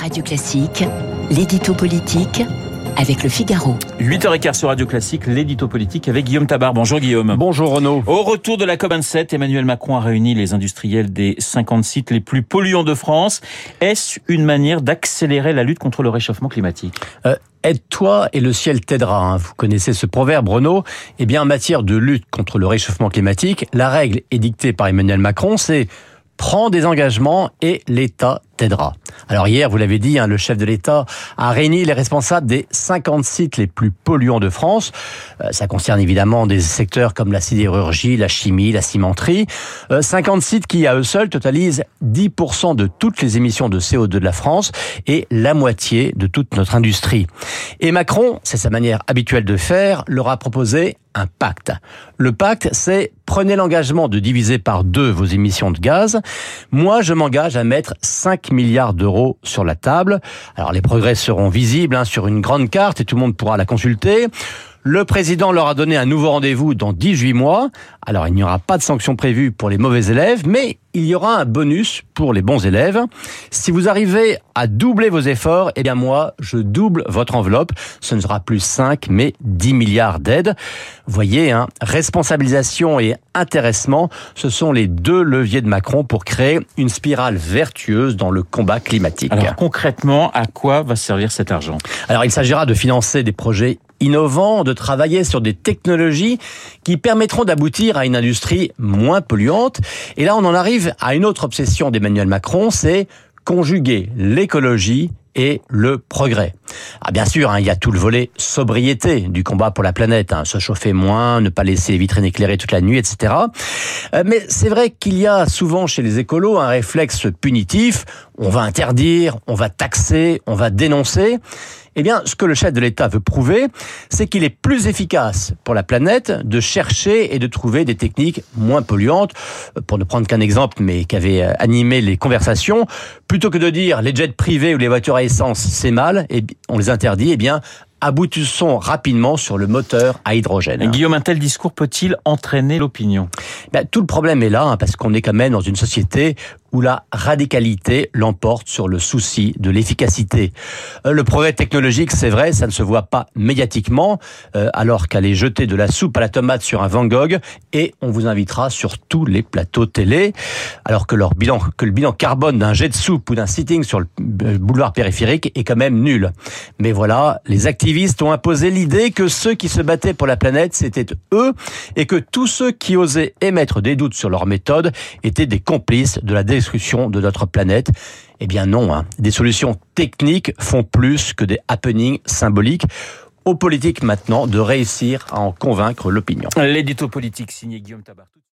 Radio Classique, l'édito politique avec Le Figaro. 8h15 sur Radio Classique, l'édito politique avec Guillaume Tabar. Bonjour Guillaume. Bonjour Renaud. Au retour de la COP27, Emmanuel Macron a réuni les industriels des 50 sites les plus polluants de France. Est-ce une manière d'accélérer la lutte contre le réchauffement climatique ? Aide-toi et le ciel t'aidera. Vous connaissez ce proverbe, Renaud. Eh bien, en matière de lutte contre le réchauffement climatique, la règle édictée par Emmanuel Macron, c'est prends des engagements et l'État t'aidera. Alors hier, vous l'avez dit, le chef de l'État a réuni les responsables des 50 sites les plus polluants de France. Ça concerne évidemment des secteurs comme la sidérurgie, la chimie, la cimenterie. 50 sites qui, à eux seuls, totalisent 10% de toutes les émissions de CO2 de la France et la moitié de toute notre industrie. Et Macron, c'est sa manière habituelle de faire, leur a proposé un pacte. Le pacte, c'est prenez l'engagement de diviser par 2 vos émissions de gaz. Moi, je m'engage à mettre 5 milliards d'euros sur la table. Alors, les progrès seront visibles sur une grande carte et tout le monde pourra la consulter. Le président leur a donné un nouveau rendez-vous dans 18 mois. Alors, il n'y aura pas de sanctions prévues pour les mauvais élèves, mais il y aura un bonus pour les bons élèves. Si vous arrivez à doubler vos efforts, eh bien moi, je double votre enveloppe. Ce ne sera plus 5, mais 10 milliards d'aides. Vous voyez, responsabilisation et intéressement, ce sont les 2 leviers de Macron pour créer une spirale vertueuse dans le combat climatique. Alors concrètement, à quoi va servir cet argent ? Alors il s'agira de financer des projets innovants, de travailler sur des technologies qui permettront d'aboutir à une industrie moins polluante. Et là, on en arrive à une autre obsession d'Emmanuel Macron, c'est conjuguer l'écologie et le progrès. Bien sûr, il y a tout le volet sobriété du combat pour la planète, se chauffer moins, ne pas laisser les vitrines éclairées toute la nuit, etc. Mais c'est vrai qu'il y a souvent chez les écolos un réflexe punitif. On va interdire, on va taxer, on va dénoncer. Eh bien, ce que le chef de l'État veut prouver, c'est qu'il est plus efficace pour la planète de chercher et de trouver des techniques moins polluantes. Pour ne prendre qu'un exemple, mais qui avait animé les conversations, plutôt que de dire les jets privés ou les voitures à essence, c'est mal, et on les interdit, aboutissons rapidement sur le moteur à hydrogène. Guillaume, un tel discours peut-il entraîner l'opinion ? Tout le problème est là, parce qu'on est quand même dans une société où la radicalité l'emporte sur le souci de l'efficacité. Le progrès technologique, c'est vrai, ça ne se voit pas médiatiquement, alors qu'aller jeter de la soupe à la tomate sur un Van Gogh, et on vous invitera sur tous les plateaux télé, alors que le bilan carbone d'un jet de soupe ou d'un sitting sur le boulevard périphérique est quand même nul. Mais voilà, les activistes ont imposé l'idée que ceux qui se battaient pour la planète, c'était eux, et que tous ceux qui osaient émettre des doutes sur leur méthode étaient des complices de la destruction de notre planète. Eh bien non, des solutions techniques font plus que des happenings symboliques. Aux politiques maintenant de réussir à en convaincre l'opinion. L'édito politique signé Guillaume Tabar.